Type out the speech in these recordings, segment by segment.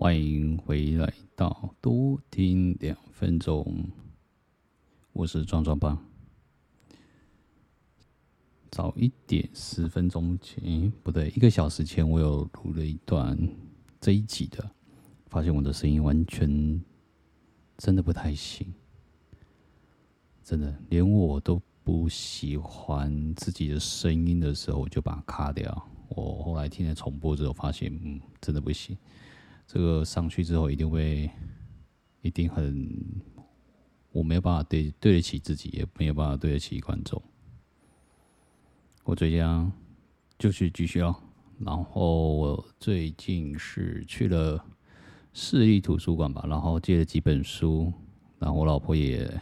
欢迎回来到多听2分钟，我是壮壮爸。早一点10分钟前，不对，1个小时前，我有录了一段这一集的，发现我的声音完全真的不太行，真的连我都不喜欢自己的声音的时候，我就把它卡掉。我后来听了重播之后，发现真的不行。这个上去之后一定我没有办法对得起自己，也没有办法对得起观众。我最近就去继续哦，然后我最近是去了市立图书馆吧，然后借了几本书，然后我老婆也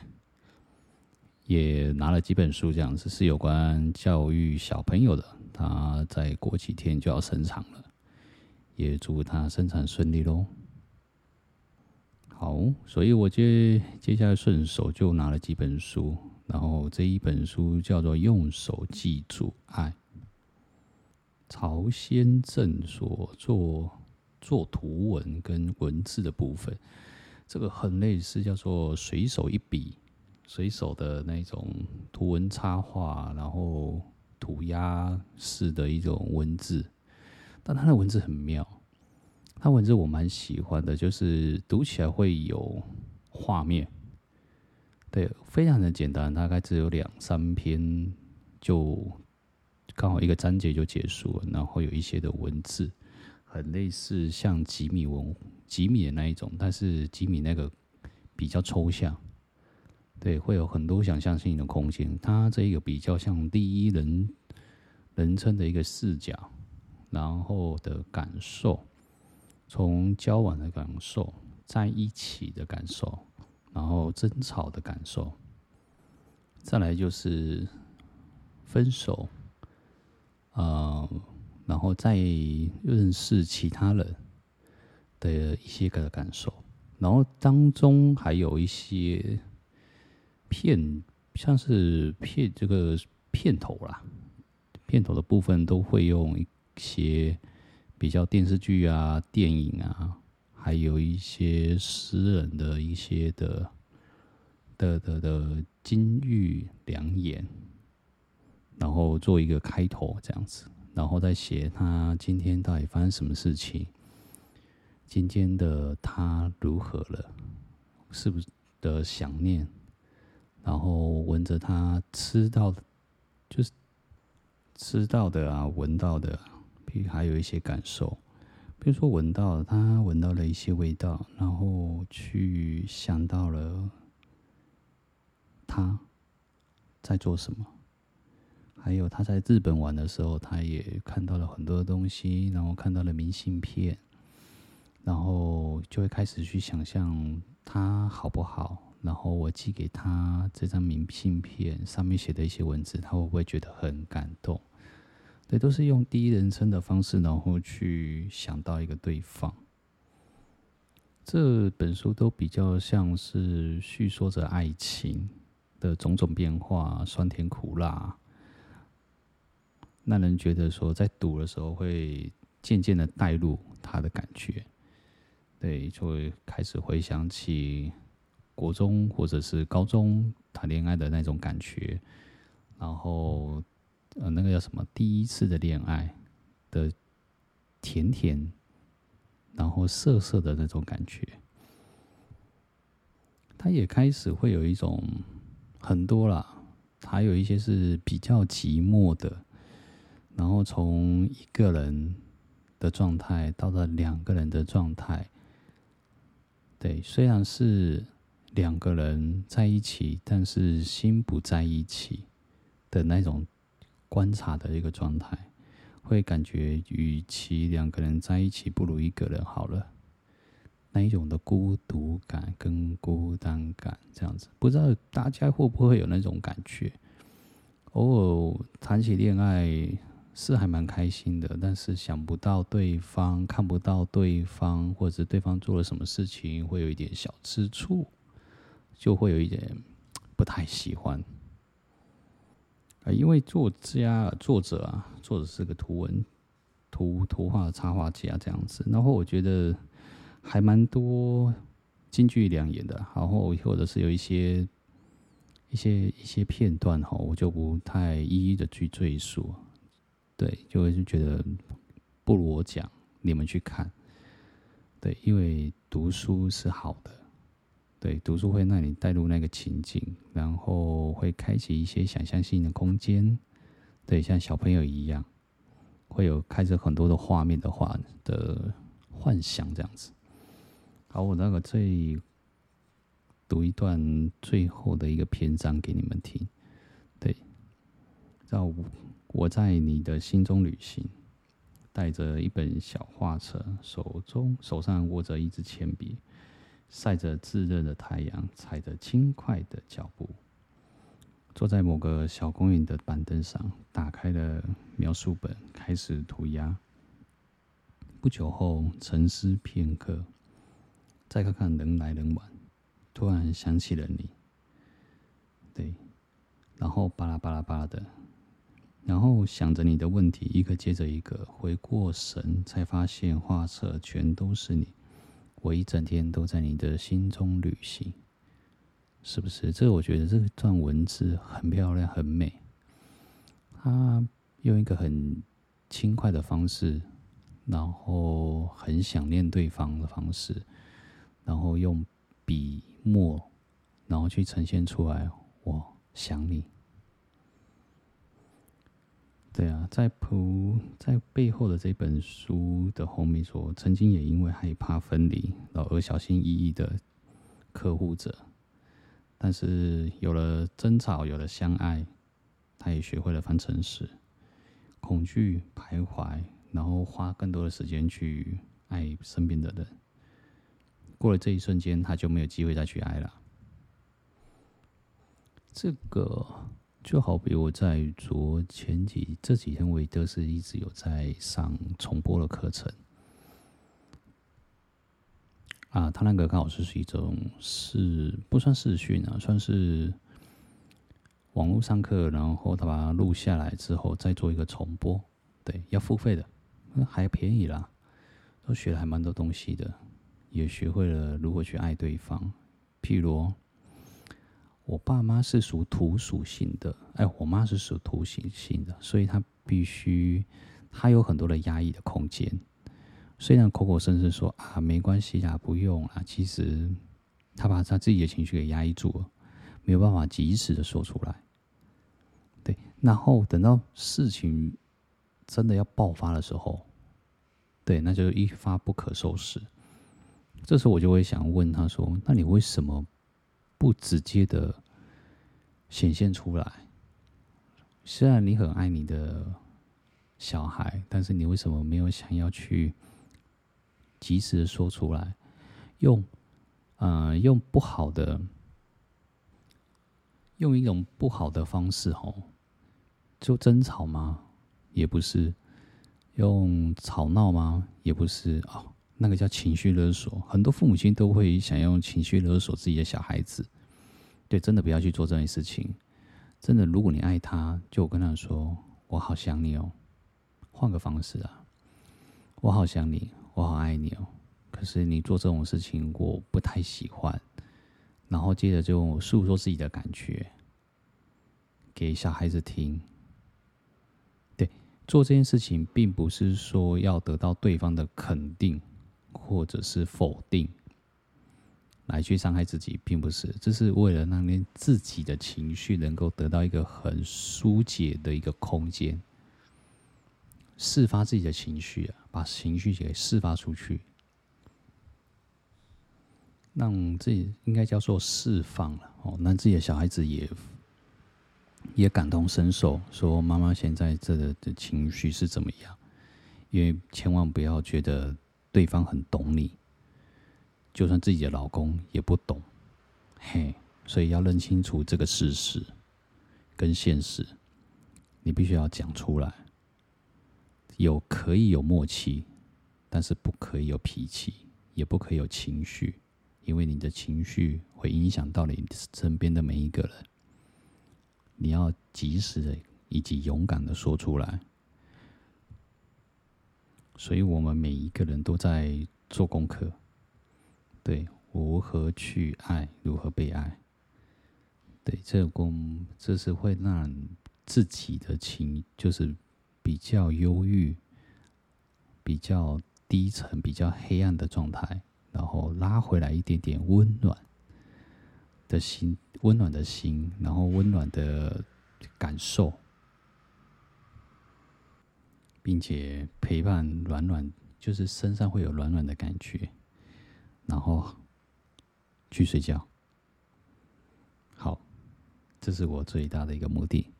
拿了几本书，这样子是有关教育小朋友的。她在过几天就要生产了，也祝她生产顺利咯。好，所以我接下来顺手就拿了几本书，然后这一本书叫做《用手记住爱》，曹先正所做图文跟文字的部分，这个很类似叫做随手一笔，随手的那种图文插画，然后涂鸦式的一种文字，但它的文字很妙。它文字我蛮喜欢的，就是读起来会有画面，对，非常的简单，大概只有2-3篇，就刚好一个章节就结束了。然后有一些的文字，很类似像吉米的那一种，但是吉米那个比较抽象，对，会有很多想象性的空间。它这一个比较像第一人称的一个视角，然后的感受。从交往的感受，在一起的感受，然后争吵的感受，再来就是分手，然后再认识其他人的一些个感受，然后当中还有一些像是这个片头啦，片头的部分都会用一些比较电视剧啊、电影啊，还有一些诗人的一些的金玉良言，然后做一个开头这样子，然后再写他今天到底发生什么事情，今天的他如何了，是不是的想念，然后闻着他吃到的啊，闻到的啊，还有一些感受，比如说他闻到了一些味道，然后去想到了他在做什么，还有他在日本玩的时候，他也看到了很多东西，然后看到了明信片，然后就会开始去想象他好不好，然后我寄给他这张明信片上面写的一些文字，他会不会觉得很感动？对，都是用第一人称的方式，然后去想到一个对方。这本书都比较像是叙说着爱情的种种变化，酸甜苦辣，让人觉得说在读的时候会渐渐的带入他的感觉。对，就会开始回想起国中或者是高中谈恋爱的那种感觉，然后那个叫什么第一次的恋爱的甜甜，然后涩涩的那种感觉。他也开始会有一种很多啦，还有一些是比较寂寞的，然后从一个人的状态到了2个人的状态。对，虽然是2个人在一起，但是心不在一起的那种观察的一个状态，会感觉与其2个人在一起，不如1个人好了。那一种的孤独感跟孤单感，这样子，不知道大家会不会有那种感觉？偶尔谈起恋爱是还蛮开心的，但是想不到对方，看不到对方，或者对方做了什么事情，会有一点小吃醋，就会有一点不太喜欢。因为作者是个图画的插画家这样子，然后我觉得还蛮多金句良言的，然后或者是有一些片段哈，我就不太一一的去赘述，对，就会觉得不如我讲，你们去看，对，因为读书是好的，对，读书会让你带入那个情境，然后会开启一些想象性的空间，对，像小朋友一样，会有开着很多的画面的幻想这样子。好，我读一段最后的一个篇章给你们听。对，叫我在你的心中旅行，带着一本小画册，手上握着一支铅笔，晒着炙热的太阳，踩着轻快的脚步，坐在某个小公园的板凳上，打开了描述本，开始涂鸦。不久后，沉思片刻，再看看人来人往，突然想起了你，对，然后巴拉巴拉巴拉的，然后想着你的问题，一个接着一个，回过神才发现画册全都是你，我一整天都在你的心中旅行，是不是？我觉得这段文字很漂亮，很美，它用一个很轻快的方式，然后很想念对方的方式，然后用笔墨，然后去呈现出来，我想你。对啊，在背后的这本书的后面说，曾经也因为害怕分离，然后而小心翼翼的呵护着，但是有了争吵，有了相爱，他也学会了方程式，恐惧徘徊，然后花更多的时间去爱身边的人。过了这一瞬间，他就没有机会再去爱了。这个就好比我在这几天，我都是一直有在上重播的课程啊。他那个刚好是一种不算视讯啊，算是网络上课，然后他把它录下来之后再做一个重播，对，要付费的，还便宜啦，都学了还蛮多东西的。也学会了如何去爱对方。譬如，我爸妈是属土属性的，我妈是属土属性的，所以她有很多的压抑的空间。虽然口口声声说啊没关系啦，不用啦，其实她把她自己的情绪给压抑住了，没有办法及时的说出来。对，然后等到事情真的要爆发的时候，对，那就一发不可收拾。这时候我就会想问他说：“那你为什么不直接的显现出来？虽然你很爱你的小孩，但是你为什么没有想要去及时的说出来？用一种不好的方式就争吵吗？也不是。用吵闹吗？也不是那个叫情绪勒索，很多父母亲都会想用情绪勒索自己的小孩子。对，真的不要去做这件事情。真的，如果你爱他，就跟他说：“我好想你哦。”换个方式啊，我好想你，我好爱你哦。可是你做这种事情，我不太喜欢。然后接着就诉说自己的感觉给小孩子听。对，做这件事情并不是说要得到对方的肯定或者是否定来去伤害自己，并不是，这是为了让你自己的情绪能够得到一个很疏解的一个空间，释发自己的情绪把情绪给释发出去，让自己应该叫做释放了让自己的小孩子也感同身受，说妈妈现在这的情绪是怎么样，因为千万不要觉得对方很懂你，就算自己的老公也不懂，所以要认清楚这个事实跟现实，你必须要讲出来。可以有默契，但是不可以有脾气，也不可以有情绪，因为你的情绪会影响到你身边的每一个人。你要及时的以及勇敢的说出来。所以我们每一个人都在做功课， 对，如何去爱，如何被爱。对，这是会让自己的就是比较忧郁、比较低沉、比较黑暗的状态，然后拉回来一点点温暖的心，然后温暖的感受，并且陪伴就是身上会有暖暖的感觉，然后去睡觉。好，这是我最大的一个目的。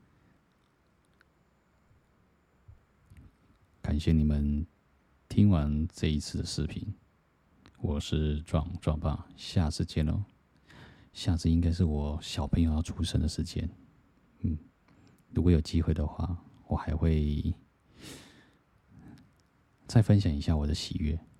感谢你们听完这一次的视频，我是壮爸，下次见喽。下次应该是我小朋友要出生的时间，如果有机会的话，我还会再分享一下我的喜悦。